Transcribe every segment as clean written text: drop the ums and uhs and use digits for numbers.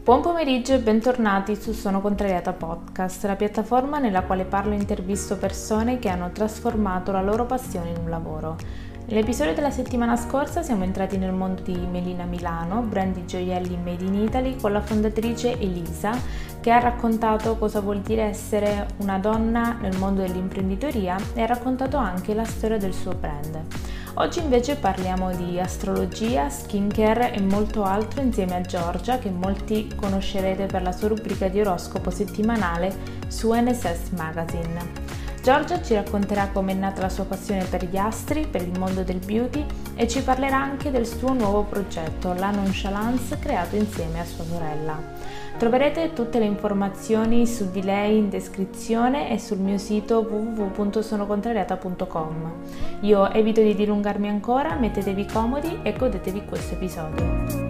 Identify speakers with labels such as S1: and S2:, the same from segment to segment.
S1: Buon pomeriggio e bentornati su Sono Contrariata Podcast, la piattaforma nella quale parlo e intervisto persone che hanno trasformato la loro passione in un lavoro. Nell'episodio della settimana scorsa siamo entrati nel mondo di Melina Milano, brand di gioielli made in Italy, con la fondatrice Elisa, che ha raccontato cosa vuol dire essere una donna nel mondo dell'imprenditoria e ha raccontato anche la storia del suo brand. Oggi invece parliamo di astrologia, skincare e molto altro insieme a Giorgia, che molti conoscerete per la sua rubrica di oroscopo settimanale su NSS Magazine. Giorgia ci racconterà come è nata la sua passione per gli astri, per il mondo del beauty e ci parlerà anche del suo nuovo progetto, la Nonchalance, creato insieme a sua sorella. Troverete tutte le informazioni su di lei in descrizione e sul mio sito www.sonocontrariata.com. Io evito di dilungarmi ancora, mettetevi comodi e godetevi questo episodio.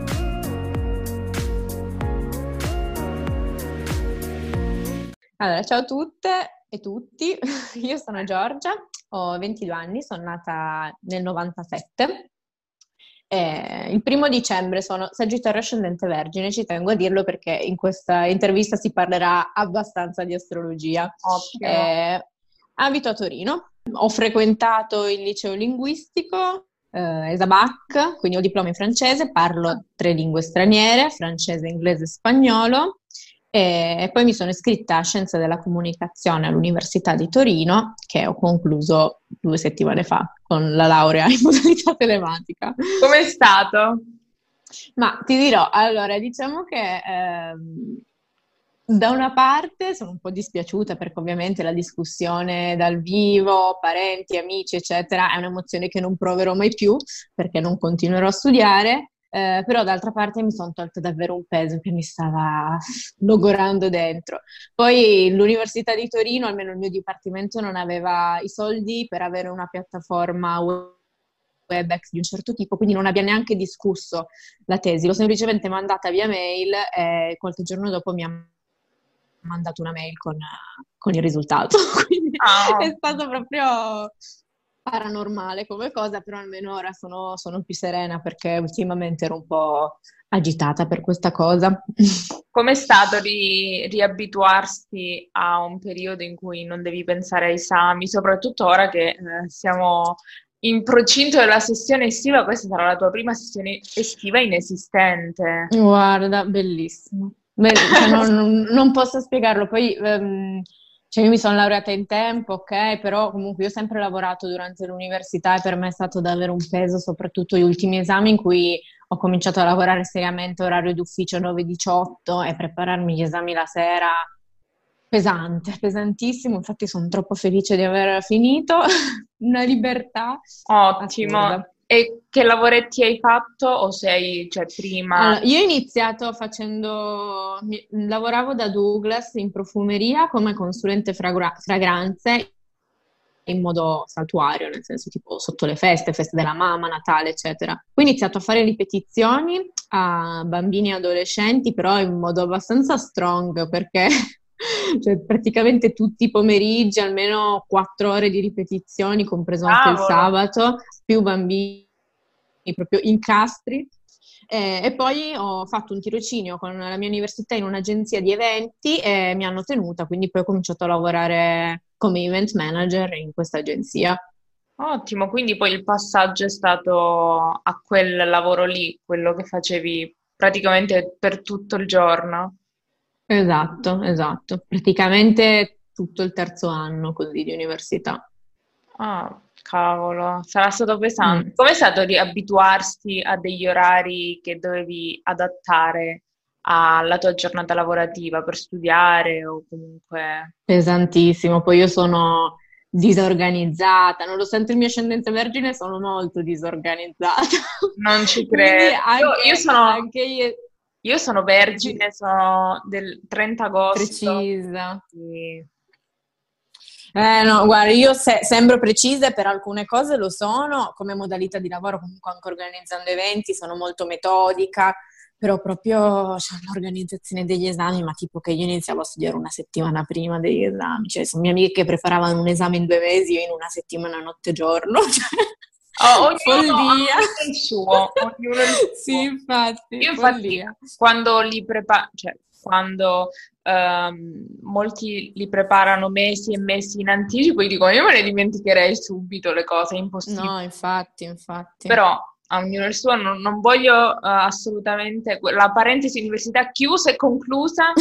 S2: Allora, ciao a tutte e tutti, io sono Giorgia, ho 22 anni, sono nata nel 97. Il 1° dicembre sono Sagittario ascendente Vergine, ci tengo a dirlo perché in questa intervista si parlerà abbastanza di astrologia. Abito a Torino, ho frequentato il liceo linguistico ESABAC, quindi ho diploma in francese, parlo 3 lingue straniere, francese, inglese e spagnolo. E poi mi sono iscritta a Scienze della Comunicazione all'Università di Torino, che ho concluso 2 settimane fa con la laurea in modalità telematica.
S1: Com'è stato?
S2: Ma ti dirò, allora, diciamo che da una parte sono un po' dispiaciuta perché ovviamente la discussione dal vivo, parenti, amici, eccetera, è un'emozione che non proverò mai più perché non continuerò a studiare. Però d'altra parte mi sono tolta davvero un peso che mi stava logorando dentro. Poi l'Università di Torino, almeno il mio dipartimento, non aveva i soldi per avere una piattaforma WebEx di un certo tipo, quindi non abbia neanche discusso la tesi, l'ho semplicemente mandata via mail e qualche giorno dopo mi ha mandato una mail con il risultato. Quindi è stato proprio paranormale come cosa, però almeno ora sono più serena perché ultimamente ero un po' agitata per questa cosa.
S1: Com'è stato riabituarsi a un periodo in cui non devi pensare ai esami, soprattutto ora che siamo in procinto della sessione estiva? Questa sarà la tua prima sessione estiva inesistente.
S2: Guarda, bellissimo. Cioè, non posso spiegarlo. Poi cioè io mi sono laureata in tempo, ok, però comunque io ho sempre lavorato durante l'università e per me è stato davvero un peso, soprattutto gli ultimi esami in cui ho cominciato a lavorare seriamente, orario d'ufficio 9-18 e prepararmi gli esami la sera, pesante, pesantissimo, infatti sono troppo felice di aver finito, una libertà
S1: Ottimo.
S2: assurda.
S1: E che lavoretti hai fatto o sei, cioè, prima?
S2: Allora, io ho iniziato lavoravo da Douglas in profumeria come consulente fragranze in modo saltuario, nel senso tipo sotto le feste della mamma, Natale, eccetera. Poi ho iniziato a fare ripetizioni a bambini e adolescenti, però in modo abbastanza strong perché cioè, praticamente tutti i pomeriggi, almeno 4 ore di ripetizioni, compreso anche il sabato, più bambini proprio incastri. E poi ho fatto un tirocinio con la mia università in un'agenzia di eventi e mi hanno tenuta, quindi poi ho cominciato a lavorare come event manager in questa agenzia.
S1: Ottimo, quindi poi il passaggio è stato a quel lavoro lì, quello che facevi praticamente per tutto il giorno.
S2: Esatto. Praticamente tutto il 3° anno così di università.
S1: Ah, cavolo, sarà stato pesante. Com'è stato riabituarsi a degli orari che dovevi adattare alla tua giornata lavorativa per studiare o comunque...
S2: Pesantissimo, poi io sono disorganizzata, nonostante il mio ascendente Vergine sono molto disorganizzata.
S1: Non ci credo. Io sono Vergine, sono del 30 agosto.
S2: Precisa.
S1: Sì.
S2: No, guarda, io sembro precisa per alcune cose lo sono, come modalità di lavoro, comunque anche organizzando eventi, sono molto metodica, però proprio cioè, l'organizzazione degli esami, ma tipo che io iniziavo a studiare una settimana prima degli esami, cioè sono mie amiche che preparavano un esame in 2 mesi, io in una settimana notte e giorno, cioè,
S1: Ognuno
S2: Follia.
S1: ha il suo, ognuno ha il suo.
S2: Sì, infatti,
S1: Io infatti
S2: follia.
S1: quando li preparo, cioè quando molti li preparano mesi e mesi in anticipo, io dico, io me ne dimenticherei subito le cose, è impossibile.
S2: No, infatti.
S1: Però a ognuno il suo, non voglio assolutamente la parentesi università chiusa e conclusa.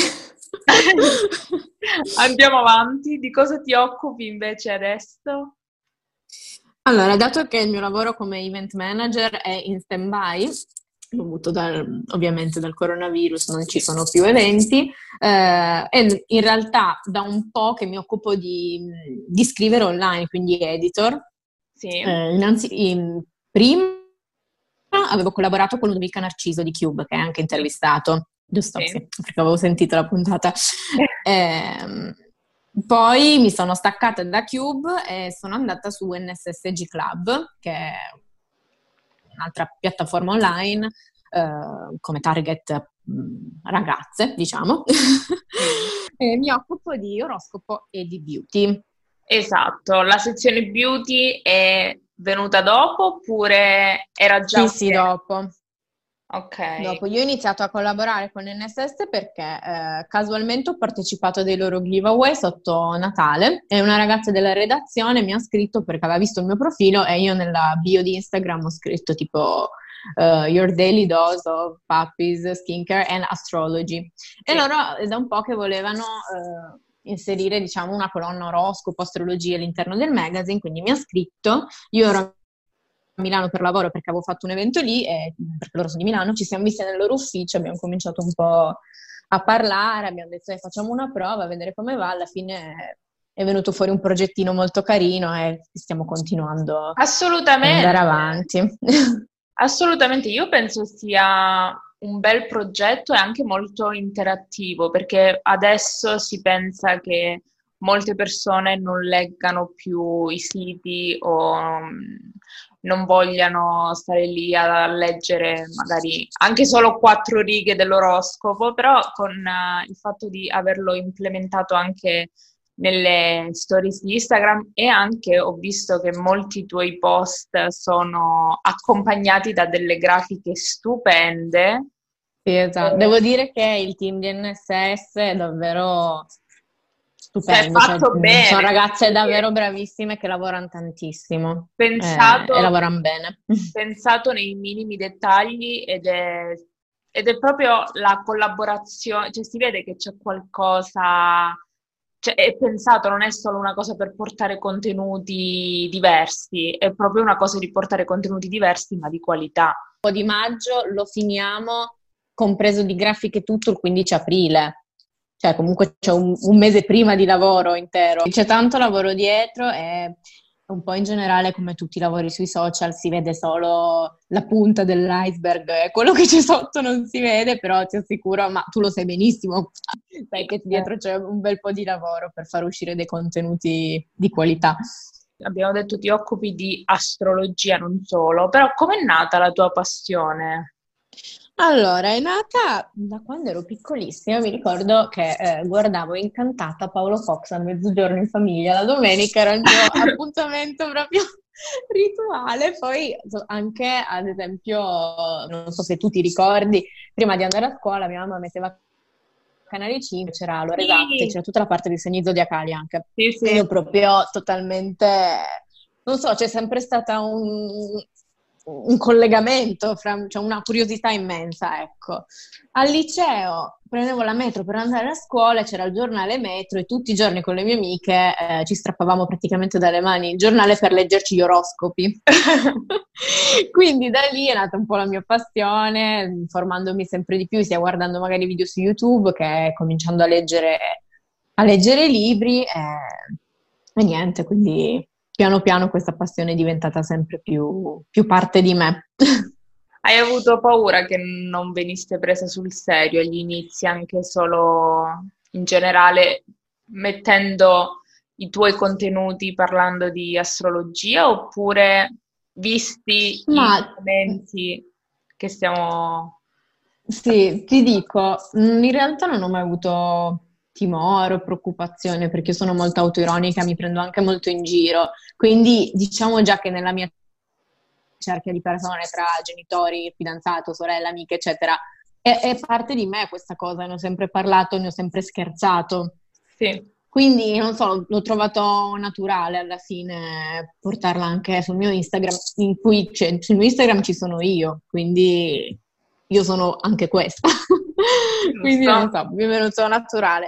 S1: Andiamo avanti. Di cosa ti occupi invece adesso?
S2: Allora, dato che il mio lavoro come event manager è in stand-by, dovuto ovviamente dal coronavirus, non ci sono più eventi, e in realtà da un po' che mi occupo di scrivere online, quindi editor.
S1: Sì,
S2: Prima avevo collaborato con Ludovica Narciso di Cube, che è anche intervistato, giusto?
S1: sì.
S2: Sì, perché avevo sentito la puntata. Poi mi sono staccata da Cube e sono andata su NSSG Club, che è un'altra piattaforma online come target ragazze, diciamo. E mi occupo di oroscopo e di beauty.
S1: Esatto, la sezione beauty è venuta dopo oppure era già
S2: Sì, dopo.
S1: Ok.
S2: Dopo io ho iniziato a collaborare con NSS perché casualmente ho partecipato a dei loro giveaway sotto Natale e una ragazza della redazione mi ha scritto perché aveva visto il mio profilo e io nella bio di Instagram ho scritto tipo Your daily dose of puppies, skincare and astrology. E
S1: Sì.
S2: loro è da un po' che volevano inserire diciamo una colonna oroscopo, astrologia all'interno del magazine, quindi mi ha scritto, io ero a Milano per lavoro perché avevo fatto un evento lì e perché loro sono di Milano, ci siamo visti nel loro ufficio, abbiamo cominciato un po' a parlare, abbiamo detto facciamo una prova, a vedere come va, alla fine è venuto fuori un progettino molto carino e stiamo continuando ad
S1: Assolutamente.
S2: andare avanti.
S1: Assolutamente, io penso sia un bel progetto e anche molto interattivo, perché adesso si pensa che molte persone non leggano più i siti o non vogliano stare lì a leggere magari anche solo 4 righe dell'oroscopo, però con il fatto di averlo implementato anche nelle stories di Instagram e anche ho visto che molti tuoi post sono accompagnati da delle grafiche stupende.
S2: Sì, esatto. Devo dire che il team di NSS è davvero stupendo,
S1: Cioè, fatto bene.
S2: Sono ragazze davvero bravissime che lavorano tantissimo
S1: Pensato,
S2: e lavorano bene.
S1: pensato nei minimi dettagli ed è proprio la collaborazione, cioè si vede che c'è qualcosa, cioè è pensato, non è solo una cosa per portare contenuti diversi, è proprio una cosa di portare contenuti diversi ma di qualità.
S2: Po' di maggio lo finiamo, compreso di grafiche e tutto, il 15 aprile. Cioè comunque c'è un mese prima di lavoro intero. C'è tanto lavoro dietro e un po' in generale, come tutti i lavori sui social, si vede solo la punta dell'iceberg e quello che c'è sotto non si vede, però ti assicuro, ma tu lo sai benissimo, sai che dietro c'è un bel po' di lavoro per far uscire dei contenuti di qualità.
S1: Abbiamo detto ti occupi di astrologia, non solo, però com'è nata la tua passione?
S2: Allora, è nata da quando ero piccolissima, mi ricordo che guardavo Incantata Paolo Fox a mezzogiorno in famiglia, la domenica era il mio appuntamento proprio rituale, poi anche ad esempio, non so se tu ti ricordi, prima di andare a scuola mia mamma metteva Canale 5, c'era L'Ora Esatta e c'era tutta la parte dei segni zodiacali anche.
S1: Sì, sì.
S2: Io proprio totalmente, non so, c'è sempre stata un collegamento, cioè una curiosità immensa, ecco. Al liceo prendevo la metro per andare a scuola, c'era il giornale metro e tutti i giorni con le mie amiche ci strappavamo praticamente dalle mani il giornale per leggerci gli oroscopi. Quindi da lì è nata un po' la mia passione, informandomi sempre di più, sia guardando magari video su YouTube che cominciando a leggere libri e niente, quindi piano piano questa passione è diventata sempre più parte di me.
S1: Hai avuto paura che non veniste presa sul serio agli inizi, anche solo in generale, mettendo i tuoi contenuti parlando di astrologia, oppure visti i
S2: Ma
S1: commenti che stiamo...
S2: sì, ti dico, in realtà non ho mai avuto timore o preoccupazione perché io sono molto autoironica, mi prendo anche molto in giro, quindi diciamo già che nella mia cerchia di persone tra genitori, fidanzato, sorella, amiche, eccetera. È parte di me questa cosa, ne ho sempre parlato, ne ho sempre scherzato.
S1: Sì,
S2: Quindi, non so, l'ho trovato naturale alla fine portarla anche sul mio Instagram, in cui sul mio Instagram ci sono io, quindi io sono anche questa. Quindi,
S1: giusto.
S2: non so, mi è venuto naturale.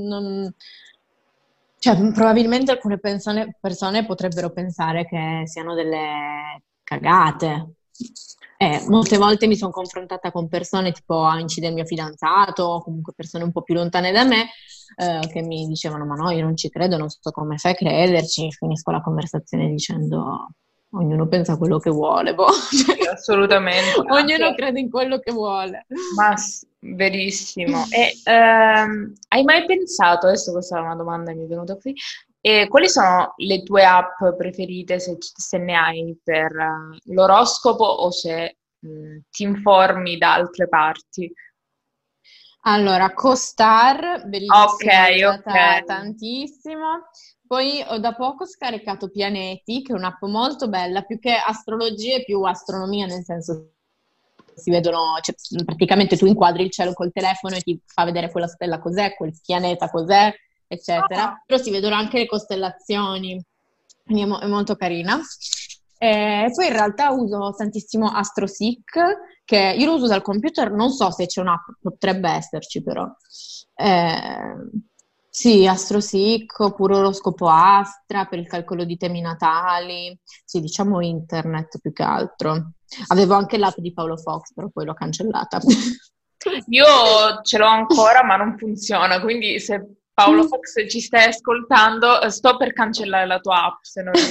S2: Cioè, probabilmente alcune persone potrebbero pensare che siano delle cagate. Molte volte mi sono confrontata con persone tipo amici del mio fidanzato, o comunque persone un po' più lontane da me, che mi dicevano: Ma no, io non ci credo, non so come fai a crederci. Finisco la conversazione dicendo: Ognuno pensa quello che vuole, boh.
S1: Sì, assolutamente.
S2: Ognuno crede in quello che vuole.
S1: Verissimo. E hai mai pensato, adesso questa è una domanda che mi è venuta qui, quali sono le tue app preferite, se ne hai, per l'oroscopo o se ti informi da altre parti?
S2: Allora, CoStar,
S1: Ok,
S2: bellissimo, l'ho
S1: ok.
S2: usata tantissimo. Poi ho da poco scaricato Pianeti, che è un'app molto bella, più che astrologia e più astronomia, nel senso si vedono, cioè, praticamente tu inquadri il cielo col telefono e ti fa vedere quella stella cos'è, quel pianeta cos'è,
S1: Ah,
S2: eccetera. Però si vedono anche le costellazioni, quindi è molto carina. E poi in realtà uso tantissimo AstroSeek, che io lo uso dal computer, non so se c'è un'app, potrebbe esserci però. Eh, sì, AstroSeek oppure Oroscopo Astra per il calcolo di temi natali, sì, diciamo internet più che altro. Avevo anche l'app di Paolo Fox, però poi l'ho cancellata.
S1: io ce l'ho ancora, ma non funziona, quindi se Paolo Fox ci stai ascoltando, sto per cancellare la tua app, se non...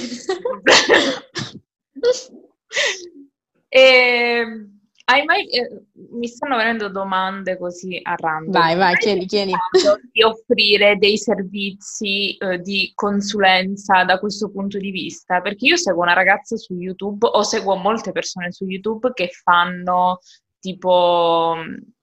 S1: E, hai mai, mi stanno venendo domande così a random.
S2: Vai, vai,
S1: Hai
S2: chiedi, chiedi.
S1: pensato di offrire dei servizi, di consulenza da questo punto di vista? Perché io seguo una ragazza su YouTube, o seguo molte persone su YouTube che fanno tipo,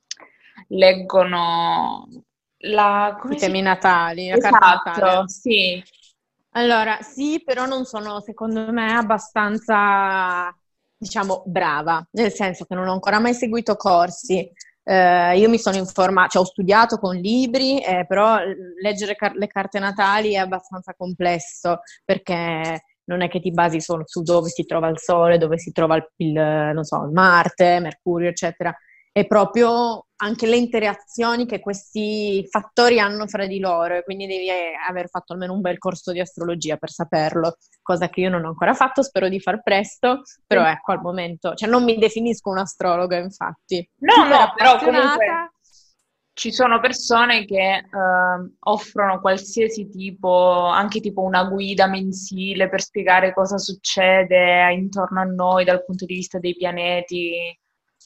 S1: leggono
S2: I
S1: come si
S2: temi
S1: chiama?
S2: natali, la carta natale.
S1: Esatto, sì.
S2: Allora, sì, però non sono, secondo me, abbastanza, diciamo, brava, nel senso che non ho ancora mai seguito corsi. Io mi sono informata, cioè ho studiato con libri, però leggere le carte natali è abbastanza complesso perché non è che ti basi solo su dove si trova il Sole, dove si trova non so, il Marte, Mercurio, eccetera. È proprio anche le interazioni che questi fattori hanno fra di loro, e quindi devi aver fatto almeno un bel corso di astrologia per saperlo, cosa che io non ho ancora fatto, spero di far presto, però ecco al momento, cioè non mi definisco un'astrologa infatti,
S1: No,
S2: super
S1: no, però comunque
S2: appassionata.
S1: ci sono persone che offrono qualsiasi tipo, anche tipo una guida mensile per spiegare cosa succede intorno a noi dal punto di vista dei pianeti.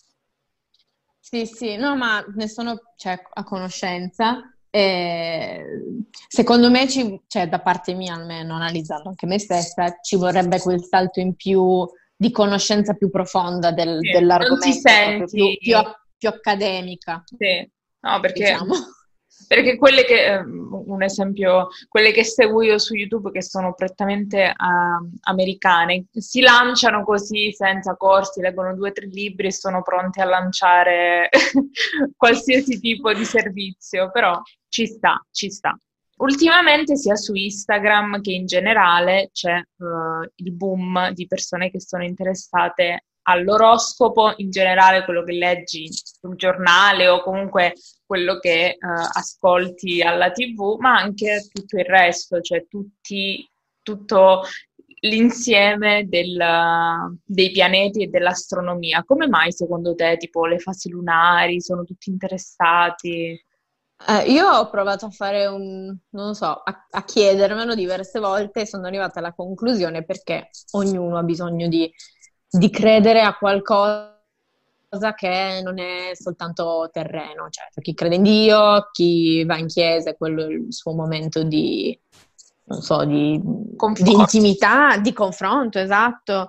S2: Sì, sì, no, ma ne sono, cioè, a conoscenza. E secondo me, cioè, da parte mia, almeno analizzando anche me stessa, ci vorrebbe quel salto in più di conoscenza più profonda
S1: Sì. Non ti
S2: dell'argomento, proprio
S1: senti,
S2: più accademica,
S1: sì, no, perché,
S2: diciamo.
S1: perché quelle che, un esempio, quelle che seguo io su YouTube, che sono prettamente americane, si lanciano così senza corsi, leggono 2 o 3 libri e sono pronte a lanciare qualsiasi tipo di servizio, però ci sta. Ultimamente sia su Instagram che in generale c'è il boom di persone che sono interessate all'oroscopo, in generale quello che leggi sul giornale o comunque quello che ascolti alla TV, ma anche tutto il resto, cioè tutto l'insieme dei pianeti e dell'astronomia. Come mai secondo te, tipo le fasi lunari, sono tutti interessati?
S2: Io ho provato a fare non lo so, a chiedermelo diverse volte e sono arrivata alla conclusione perché ognuno ha bisogno di credere a qualcosa che non è soltanto terreno, cioè c'è chi crede in Dio, chi va in chiesa, è quello il suo momento di, non so, di
S1: Conforto.
S2: intimità, di confronto, esatto.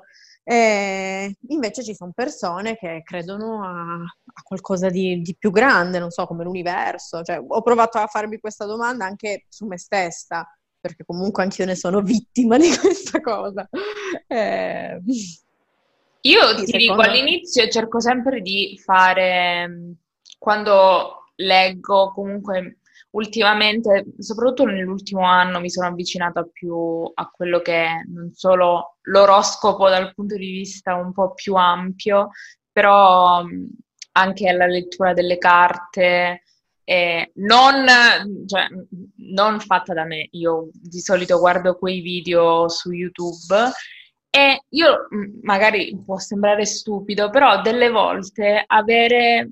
S2: E invece ci sono persone che credono a qualcosa di più grande, non so, come l'universo. Cioè, ho provato a farmi questa domanda anche su me stessa, perché comunque anch'io ne sono vittima di questa cosa. Eh,
S1: Io
S2: Sì,
S1: ti dico,
S2: secondo me.
S1: all'inizio cerco sempre di fare, quando leggo, comunque ultimamente, soprattutto nell'ultimo anno, mi sono avvicinata più a quello che è non solo l'oroscopo dal punto di vista un po' più ampio, però anche alla lettura delle carte, cioè, non fatta da me. Io di solito guardo quei video su YouTube e io, magari può sembrare stupido, però delle volte avere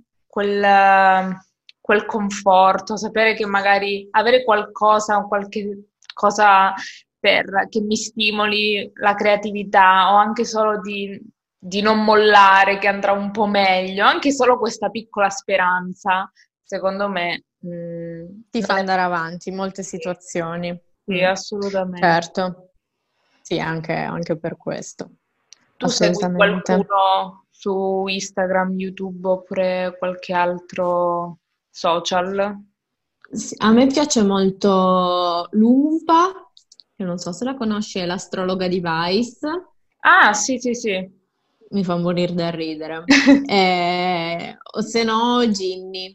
S1: quel conforto, sapere che magari avere qualcosa, qualche cosa che mi stimoli la creatività o anche solo di non mollare, che andrà un po' meglio, anche solo questa piccola speranza, secondo me,
S2: Ti fa
S1: non è...
S2: andare avanti in molte
S1: Sì,
S2: situazioni.
S1: sì,
S2: Mm.
S1: assolutamente.
S2: Certo, sì, anche per questo,
S1: Tu segui
S2: assolutamente.
S1: qualcuno su Instagram, YouTube oppure qualche altro social?
S2: Sì, a me piace molto Lumpa, che non so se la conosci, è l'astrologa di Vice.
S1: Ah, sì, sì, sì.
S2: Mi fa morire da ridere. O se no, Ginny,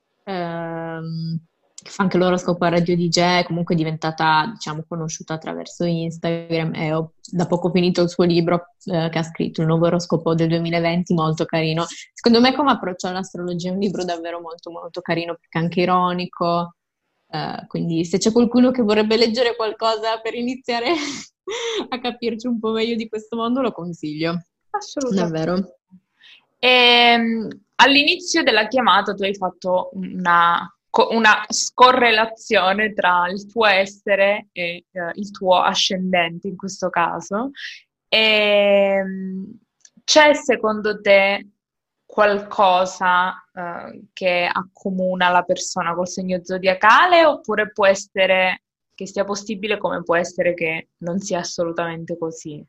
S2: che fa anche l'oroscopo a Radio DJ, comunque è diventata, diciamo, conosciuta attraverso Instagram e ho da poco finito il suo libro, che ha scritto, il nuovo oroscopo del 2020, molto carino. Secondo me come approccio all'astrologia è un libro davvero molto molto carino, perché è anche ironico, quindi se c'è qualcuno che vorrebbe leggere qualcosa per iniziare a capirci un po' meglio di questo mondo, lo consiglio.
S1: Assolutamente.
S2: Davvero?
S1: All'inizio della chiamata tu hai fatto una scorrelazione tra il tuo essere e il tuo ascendente in questo caso. C'è secondo te qualcosa che accomuna la persona col segno zodiacale oppure può essere che sia possibile come può essere che non sia assolutamente così?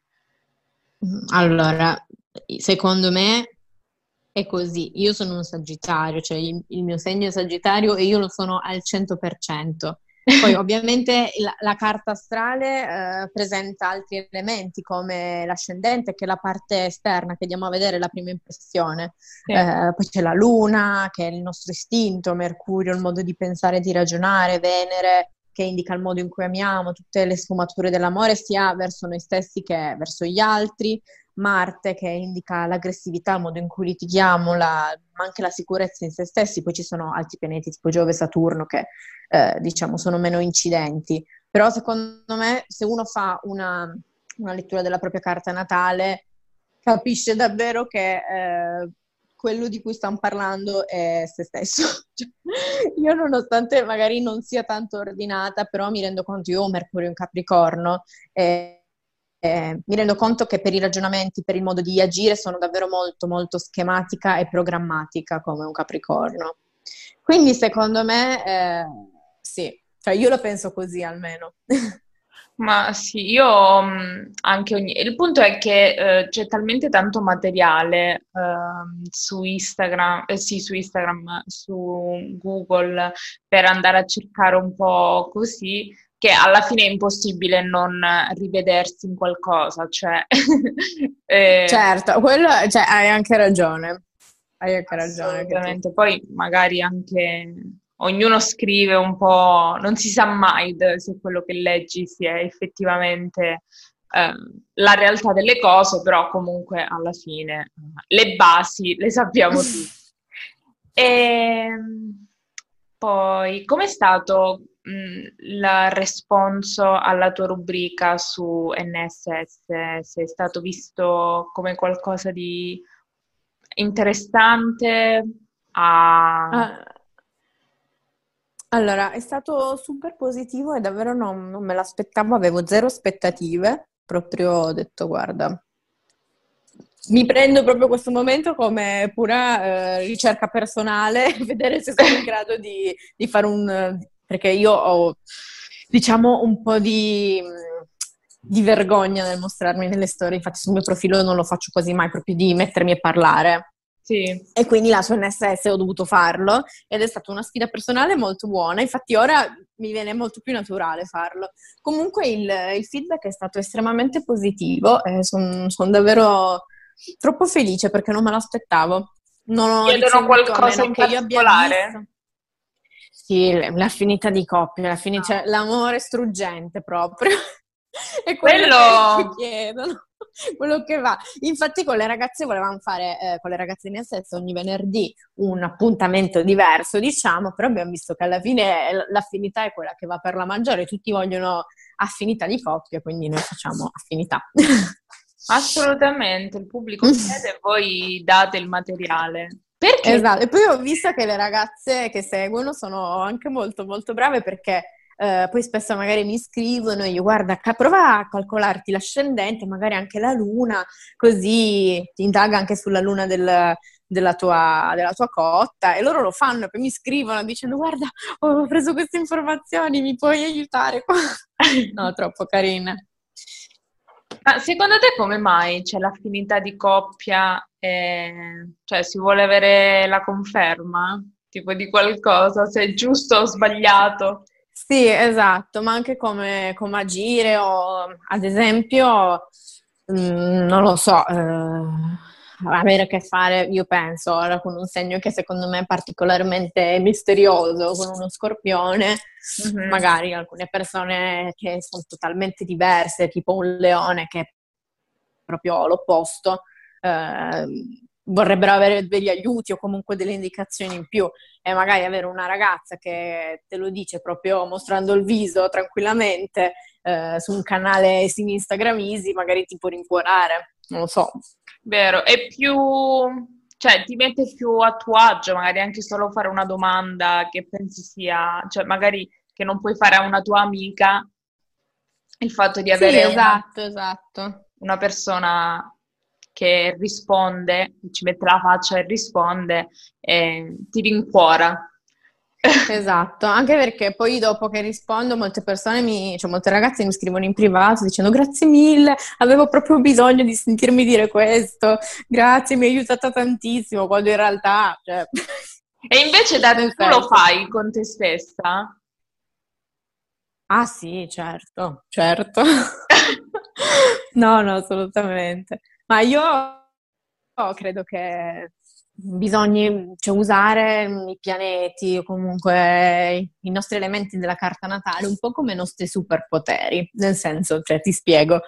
S2: Allora, secondo me è così. Io sono un Sagittario, cioè il mio segno è Sagittario e io lo sono al 100%. Poi ovviamente la carta astrale presenta altri elementi come l'ascendente, che è la parte esterna che diamo a vedere, la prima impressione.
S1: Sì.
S2: Poi c'è la luna, che è il nostro istinto, Mercurio, il modo di pensare e di ragionare, Venere, che indica il modo in cui amiamo, tutte le sfumature dell'amore, sia verso noi stessi che verso gli altri. Marte che indica l'aggressività, il modo in cui litighiamo, ma anche la sicurezza in se stessi. Poi ci sono altri pianeti tipo Giove e Saturno che diciamo sono meno incidenti. Però secondo me se uno fa una lettura della propria carta natale capisce davvero che quello di cui stiamo parlando è se stesso. Cioè, io nonostante magari non sia tanto ordinata, però mi rendo conto, io ho Mercurio in Capricorno e mi rendo conto che per i ragionamenti, per il modo di agire, sono davvero molto, molto schematica e programmatica come un Capricorno. Quindi secondo me, sì, cioè io la penso così almeno.
S1: Ma sì, io anche il punto è che c'è talmente tanto materiale su Instagram, sì, su Instagram, su Google per andare a cercare un po' così, che alla fine è impossibile non rivedersi in qualcosa, cioè eh,
S2: Certo, quello, cioè, hai anche ragione. Hai anche ragione anche tu.
S1: assolutamente. Poi magari anche ognuno scrive un po', non si sa mai se quello che leggi sia effettivamente la realtà delle cose, però comunque alla fine le basi le sappiamo tutti. E poi, com'è stato il responso alla tua rubrica su NSS? Se è stato visto come qualcosa di interessante? Ah,
S2: Ah, allora, è stato super positivo e davvero non me l'aspettavo, avevo zero aspettative, proprio ho detto, guarda, mi prendo proprio questo momento come pura ricerca personale, vedere se sono in grado di fare perché io ho, diciamo, un po' di vergogna nel mostrarmi nelle storie, infatti sul mio profilo non lo faccio quasi mai, proprio di mettermi a parlare.
S1: sì.
S2: E quindi là su NSS ho dovuto farlo ed è stata una sfida personale molto buona, infatti ora mi viene molto più naturale farlo. Comunque il feedback è stato estremamente positivo, sono davvero troppo felice perché non me l'aspettavo. Non ho
S1: Chiedono
S2: ricevuto, a
S1: qualcosa
S2: meno
S1: in
S2: che io abbia
S1: particolare?
S2: visto. Sì, l'affinità di coppia, cioè
S1: No.
S2: l'amore struggente proprio. È quello che
S1: Quello,
S2: chiedono, quello che va. Infatti con le ragazze volevamo fare, con le ragazze di mia stessa, ogni venerdì un appuntamento diverso, diciamo, però abbiamo visto che alla fine l'affinità è quella che va per la maggiore, tutti vogliono affinità di coppia, quindi noi facciamo affinità.
S1: assolutamente, il pubblico chiede e voi date il materiale. Perché?
S2: Esatto, e poi ho visto che le ragazze che seguono sono anche molto molto brave perché poi spesso magari mi scrivono e io guarda, prova a calcolarti l'ascendente, magari anche la luna, così ti indaga anche sulla luna della tua cotta e loro lo fanno, poi mi scrivono dicendo guarda, ho preso queste informazioni, mi puoi aiutare qua? No, troppo carina.
S1: Ma secondo te come mai c'è l'affinità di coppia? Cioè, si vuole avere la conferma? Tipo di qualcosa, se è giusto o sbagliato?
S2: Sì, esatto, ma anche come agire o ad esempio, non lo so, avere a che fare, io penso, ora con un segno che secondo me è particolarmente misterioso, con uno scorpione,
S1: Mhm.
S2: magari alcune persone che sono totalmente diverse, tipo un leone che è proprio l'opposto, eh, vorrebbero avere degli aiuti o comunque delle indicazioni in più e magari avere una ragazza che te lo dice proprio mostrando il viso tranquillamente su un canale sim Instagram Easy, magari ti può rincuorare, non lo so.
S1: Vero, è più, cioè ti mette più a tuo agio, magari anche solo fare una domanda che pensi sia, cioè magari che non puoi fare a una tua amica, il fatto di
S2: Sì,
S1: avere
S2: esatto, esatto.
S1: una persona che risponde, ci mette la faccia e risponde, ti rincuora.
S2: Esatto, anche perché poi dopo che rispondo molte persone cioè molte ragazze mi scrivono in privato dicendo grazie mille, avevo proprio bisogno di sentirmi dire questo, grazie, mi hai aiutata tantissimo, quando in realtà, cioè,
S1: E invece
S2: nel
S1: tu lo
S2: senso.
S1: fai con te stessa?
S2: Ah sì, certo, certo. No, no, assolutamente. Ma io credo che bisogni, cioè, usare i pianeti o comunque i nostri elementi della carta natale un po' come i nostri superpoteri, nel senso, cioè, ti spiego.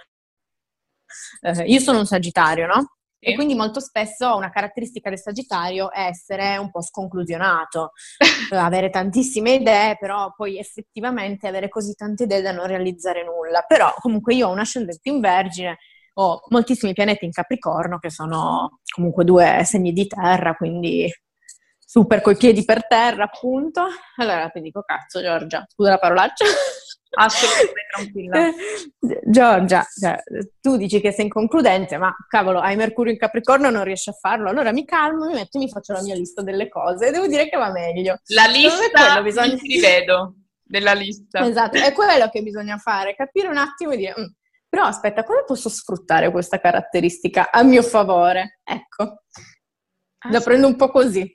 S2: Io sono un Sagittario, no? E
S1: Sì.
S2: quindi molto spesso una caratteristica del Sagittario è essere un po' sconclusionato, avere tantissime idee, però poi effettivamente avere così tante idee da non realizzare nulla. Però comunque io ho un ascendente in Vergine, ho moltissimi pianeti in Capricorno, che sono comunque due segni di terra, quindi super coi piedi per terra, appunto. Allora ti dico, cazzo, Giorgia, scusa la parolaccia.
S1: Assolutamente tranquilla.
S2: Giorgia, cioè, tu dici che sei inconcludente, ma cavolo, hai Mercurio in Capricorno e non riesci a farlo. Allora mi calmo, mi metto e mi faccio la mia lista delle cose e devo dire che va meglio.
S1: La
S2: Secondo me quello
S1: lista, mi
S2: bisogna.
S1: ci rivedo della lista.
S2: Esatto, è quello che bisogna fare, capire un attimo e dire, però aspetta, come posso sfruttare questa caratteristica a mio favore? Ecco,
S1: Ah,
S2: la
S1: sì.
S2: prendo un po' così.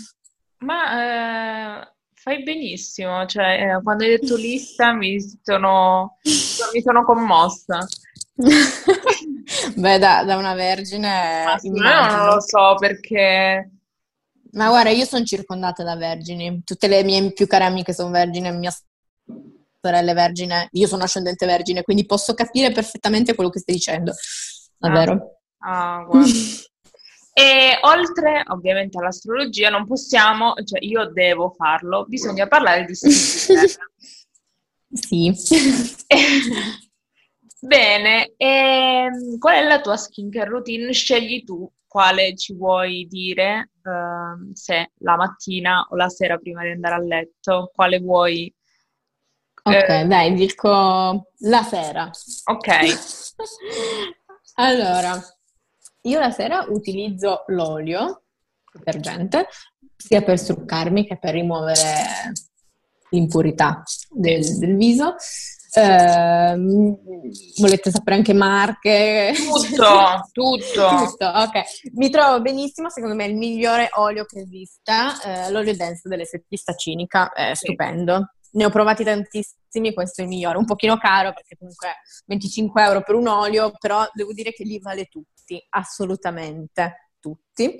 S1: Ma fai benissimo, cioè, quando hai detto lista mi sono commossa.
S2: Beh, da una vergine
S1: Assolutamente non lo
S2: immagino.
S1: so perché
S2: Ma guarda, io sono circondata da vergini. Tutte le mie più care amiche sono vergine, mia sorella è vergine, io sono ascendente vergine, quindi posso capire perfettamente quello che stai dicendo.
S1: ah,
S2: Davvero?
S1: guarda. E oltre ovviamente all'astrologia non possiamo, cioè io devo farlo, bisogna parlare di skincare.
S2: Sì.
S1: Bene, qual è la tua skincare routine? Scegli tu quale ci vuoi dire, se la mattina o la sera prima di andare a letto, quale vuoi.
S2: Ok,
S1: eh,
S2: dai, dico la sera.
S1: ok,
S2: Allora, io la sera utilizzo l'olio detergente sia per struccarmi che per rimuovere l'impurità
S1: sì.
S2: del viso. Volete sapere anche marche, eccetera?
S1: Tutto, tutto.
S2: Tutto, ok. Mi trovo benissimo, secondo me è il migliore olio che esista, l'olio denso delle Setti Cinica, è
S1: Sì.
S2: stupendo. ne ho provati tantissimi, questo è il migliore, un pochino caro perché comunque 25 euro per un olio, però devo dire che li vale tutti, assolutamente tutti.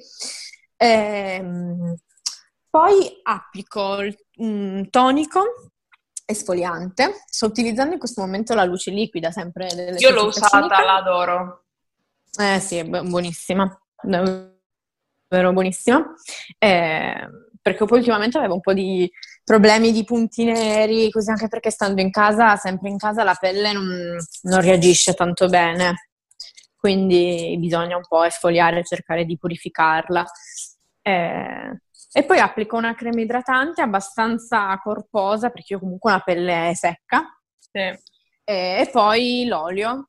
S2: Poi applico un tonico esfoliante, sto utilizzando in questo momento la luce liquida, sempre delle
S1: Io l'ho
S2: Estetica
S1: usata,
S2: Cinica.
S1: l'adoro.
S2: Sì, è buonissima, davvero buonissima, perché poi ultimamente avevo un po' di problemi di punti neri, così, anche perché stando in casa, sempre in casa, la pelle non reagisce tanto bene, quindi bisogna un po' esfoliare, cercare di purificarla. E poi applico una crema idratante abbastanza corposa, perché io comunque ho una pelle secca,
S1: Sì.
S2: e poi l'olio.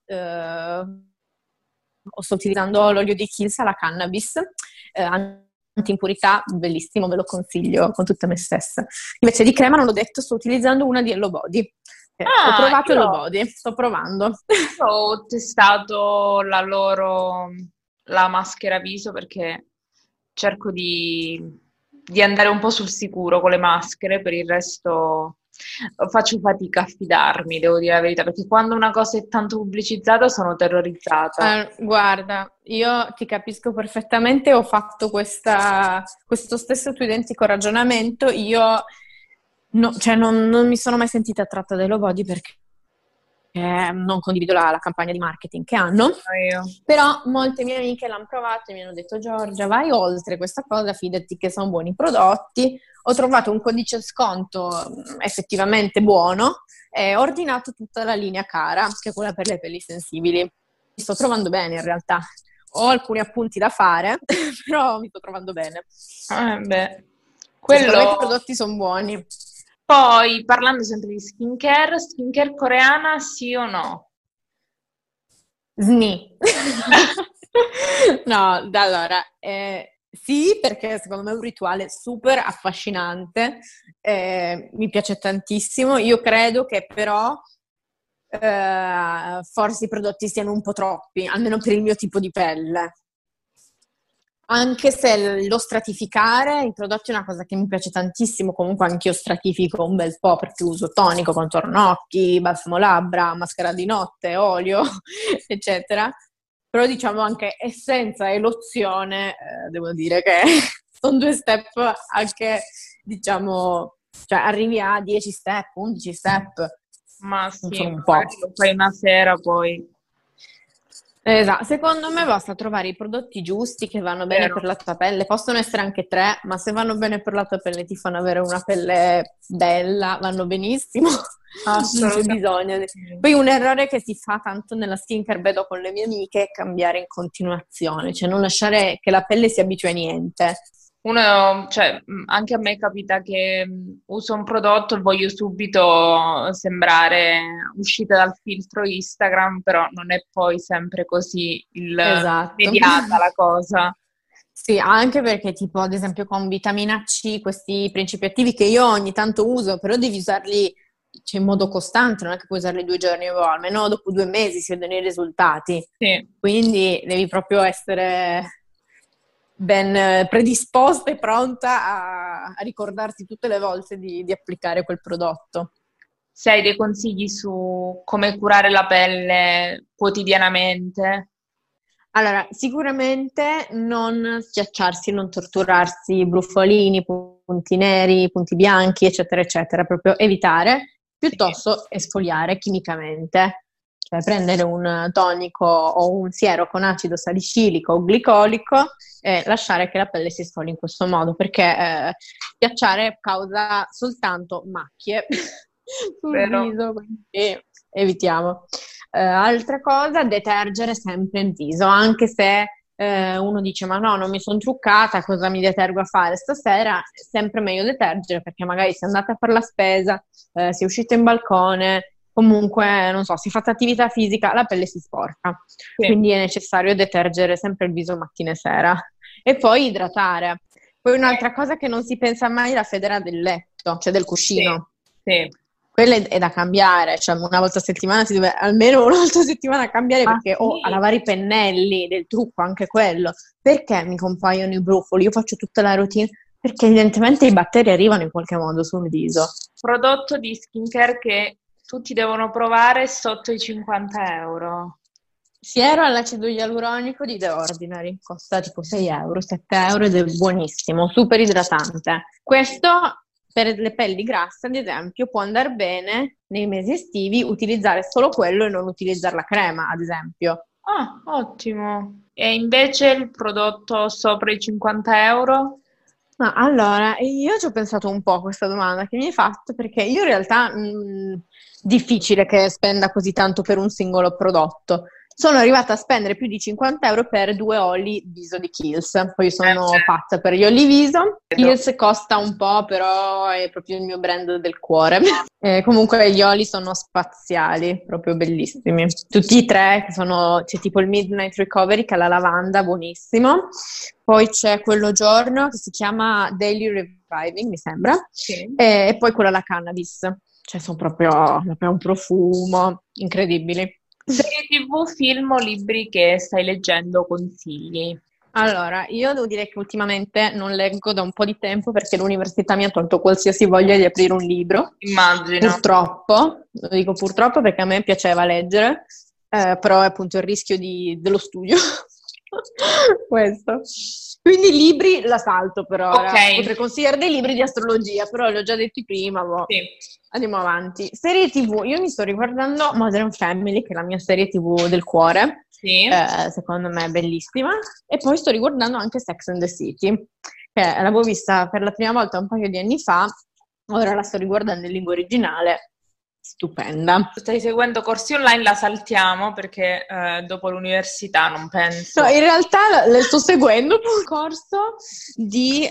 S2: Sto utilizzando l'olio di Kiehl's alla cannabis, anti-impurità, bellissimo, ve lo consiglio con tutta me stessa. Invece di crema, non l'ho detto, sto utilizzando una di Hello Body. Ho provato Hello Body, sto provando.
S1: Ho testato la maschera viso perché cerco di andare un po' sul sicuro con le maschere, per il resto faccio fatica a fidarmi, devo dire la verità, perché quando una cosa è tanto pubblicizzata sono terrorizzata.
S2: Guarda, io ti capisco perfettamente, ho fatto questo stesso tuo identico ragionamento, io cioè non mi sono mai sentita attratta da Hello Body perché non condivido la campagna di marketing che hanno, però molte mie amiche l'hanno provato e mi hanno detto: Giorgia, vai oltre questa cosa, fidati che sono buoni prodotti. Ho trovato un codice sconto effettivamente buono e ho ordinato tutta la linea Cara, che è quella per le pelli sensibili. Mi sto trovando bene in realtà, ho alcuni appunti da fare, però mi sto trovando bene. Quello... I prodotti sono buoni.
S1: Poi, parlando sempre di skincare coreana sì o no?
S2: Sni. No, allora, sì, perché secondo me è un rituale super affascinante, mi piace tantissimo. Io credo che però forse i prodotti siano un po' troppi, almeno per il mio tipo di pelle. Anche se lo stratificare, i prodotti è una cosa che mi piace tantissimo, comunque anch'io stratifico un bel po' perché uso tonico, contorno occhi, balsamo labbra, maschera di notte, olio, eccetera. Però diciamo anche essenza e lozione, devo dire che sono 2 step anche, diciamo, cioè arrivi a 10 step, 11 step.
S1: Ma sì,
S2: un po'.
S1: Lo fai una sera poi.
S2: Esatto, secondo me basta trovare i prodotti giusti che vanno bene per la tua pelle, possono essere anche 3, ma se vanno bene per la tua pelle ti fanno avere una pelle bella, vanno benissimo, non c'è bisogno. Poi un errore che si fa tanto nella skincare, vedo con le mie amiche, è cambiare in continuazione, cioè non lasciare che la pelle si abitui a niente.
S1: Cioè, anche a me capita che uso un prodotto e voglio subito sembrare uscita dal filtro Instagram, però non è poi sempre così immediata la cosa.
S2: Sì, anche perché tipo ad esempio con vitamina C, questi principi attivi che io ogni tanto uso, però devi usarli in modo costante, non è che puoi usarli 2 giorni o almeno dopo 2 mesi si vedono i risultati.
S1: Sì.
S2: Quindi devi proprio essere ben predisposta e pronta a ricordarti tutte le volte di applicare quel prodotto.
S1: Se hai dei consigli su come curare la pelle quotidianamente?
S2: Allora, sicuramente non schiacciarsi, non torturarsi, brufolini, punti neri, punti bianchi, eccetera, eccetera, proprio evitare, piuttosto esfoliare chimicamente. Cioè prendere un tonico o un siero con acido salicilico o glicolico e lasciare che la pelle si sfogli in questo modo, perché schiacciare causa soltanto macchie sul viso, quindi evitiamo. Altra cosa, detergere sempre il viso, anche se uno dice ma no, non mi sono truccata, cosa mi detergo a fare stasera? È sempre meglio detergere perché magari se andate a fare la spesa, se uscite in balcone, comunque, non so, si fa attività fisica, la pelle si sporca, quindi è necessario detergere sempre il viso mattina e sera. E poi idratare. Poi un'altra cosa che non si pensa mai è la federa del letto, cioè del cuscino.
S1: Sì.
S2: Quella è da cambiare, cioè una volta a settimana si deve almeno una volta a settimana cambiare perché ho a lavare i pennelli del trucco, anche quello. Perché mi compaiono i brufoli? Io faccio tutta la routine perché evidentemente i batteri arrivano in qualche modo sul viso.
S1: Prodotto di skincare che tutti devono provare sotto i 50 euro.
S2: Siero all'acido ialuronico di The Ordinary, costa tipo 6 euro, 7 euro ed è buonissimo, super idratante. Questo per le pelli grasse, ad esempio, può andare bene nei mesi estivi utilizzare solo quello e non utilizzare la crema, ad esempio.
S1: Ah, ottimo. E invece il prodotto sopra i 50 euro?
S2: Ma allora, io ci ho pensato un po' a questa domanda che mi hai fatto, perché io in realtà difficile che spenda così tanto per un singolo prodotto. Sono arrivata a spendere più di 50 euro per 2 oli viso di Kiehl's. Poi sono
S1: Certo.
S2: pazza per gli oli viso. Kiehl's costa un po', però è proprio il mio brand del cuore. Comunque gli oli sono spaziali, proprio bellissimi. Tutti e tre, c'è tipo il Midnight Recovery che ha la lavanda, buonissimo. Poi c'è quello giorno che si chiama Daily Reviving, mi sembra.
S1: Sì.
S2: E poi quello alla cannabis. Cioè sono proprio un profumo incredibili.
S1: Serie TV, film o libri che stai leggendo, consigli?
S2: Allora, io devo dire che ultimamente non leggo da un po' di tempo perché l'università mi ha tolto qualsiasi voglia di aprire un libro.
S1: Immagino.
S2: Purtroppo, lo dico purtroppo perché a me piaceva leggere, però è appunto il rischio dello studio. Questo. Quindi libri la salto per ora.
S1: Ok.
S2: Potrei consigliare dei libri di astrologia, però li ho già detti prima.
S1: Sì.
S2: Andiamo avanti. Serie TV, io mi sto riguardando Modern Family, che è la mia serie TV del cuore.
S1: Sì.
S2: Secondo me è bellissima. E poi sto riguardando anche Sex and the City, che l'avevo vista per la prima volta un paio di anni fa, ora la sto riguardando in lingua originale. Stupenda.
S1: Stai seguendo corsi online, la saltiamo perché dopo l'università non penso.
S2: No, in realtà le sto seguendo un corso di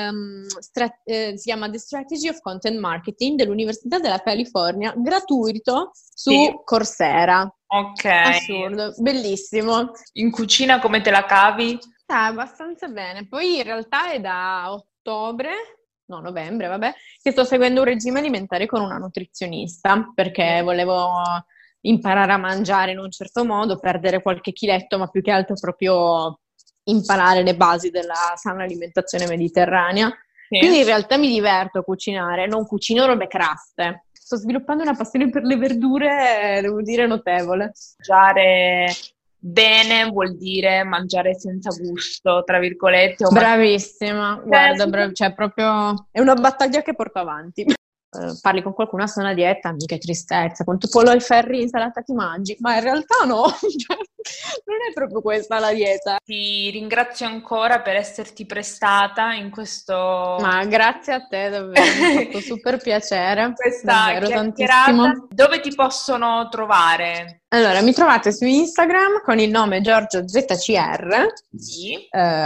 S2: si chiama The Strategy of Content Marketing dell'Università della California, gratuito su
S1: Sì.
S2: Coursera.
S1: Ok.
S2: Assurdo, bellissimo.
S1: In cucina come te la cavi?
S2: Abbastanza bene. Poi in realtà è da novembre, vabbè, che sto seguendo un regime alimentare con una nutrizionista perché volevo imparare a mangiare in un certo modo, perdere qualche chiletto, ma più che altro proprio imparare le basi della sana alimentazione mediterranea.
S1: Sì.
S2: Quindi in realtà mi diverto a cucinare, non cucino robe craste. Sto sviluppando una passione per le verdure, devo dire, notevole.
S1: Mangiare bene vuol dire mangiare senza gusto, tra virgolette.
S2: Bravissima, guarda, cioè proprio è una battaglia che porto avanti. Parli con qualcuno su una dieta, mica tristezza, quanto pollo ai ferri insalata ti mangi? Ma in realtà no, cioè, non è proprio questa la dieta.
S1: Ti ringrazio ancora per esserti prestata in questo...
S2: Ma grazie a te, davvero, mi ha fatto super piacere,
S1: questa
S2: davvero
S1: chiacchierata.
S2: tantissimo.
S1: Dove ti possono trovare?
S2: Allora, mi trovate su Instagram con il nome Giorgio ZCR
S1: Sì.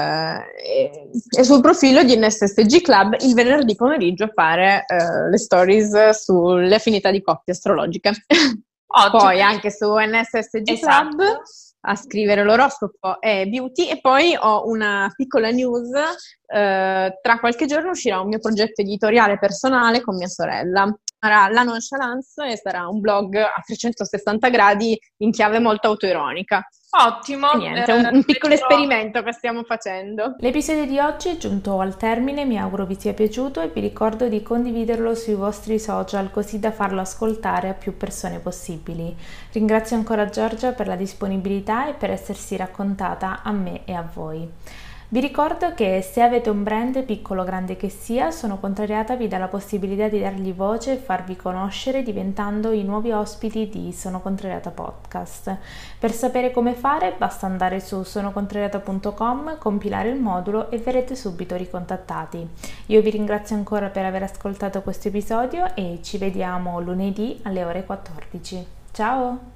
S2: e sul profilo di NSSG Club il venerdì pomeriggio a fare le stories sulle affinità di coppie astrologiche.
S1: Ottimo.
S2: Poi anche su NSSG
S1: Esatto.
S2: Club a scrivere l'oroscopo e beauty, e poi ho una piccola news, tra qualche giorno uscirà un mio progetto editoriale personale con mia sorella. Sarà La Nonchalance e sarà un blog a 360 gradi in chiave molto autoironica.
S1: Ottimo.
S2: E niente, un piccolo esperimento che stiamo facendo.
S1: L'episodio di oggi è giunto al termine, mi auguro vi sia piaciuto e vi ricordo di condividerlo sui vostri social così da farlo ascoltare a più persone possibili. Ringrazio ancora Giorgia per la disponibilità e per essersi raccontata a me e a voi. Vi ricordo che se avete un brand, piccolo o grande che sia, Sono Contrariata vi dà la possibilità di dargli voce e farvi conoscere diventando i nuovi ospiti di Sono Contrariata Podcast. Per sapere come fare basta andare su sonocontrariata.com, compilare il modulo e verrete subito ricontattati. Io vi ringrazio ancora per aver ascoltato questo episodio e ci vediamo lunedì alle ore 14. Ciao!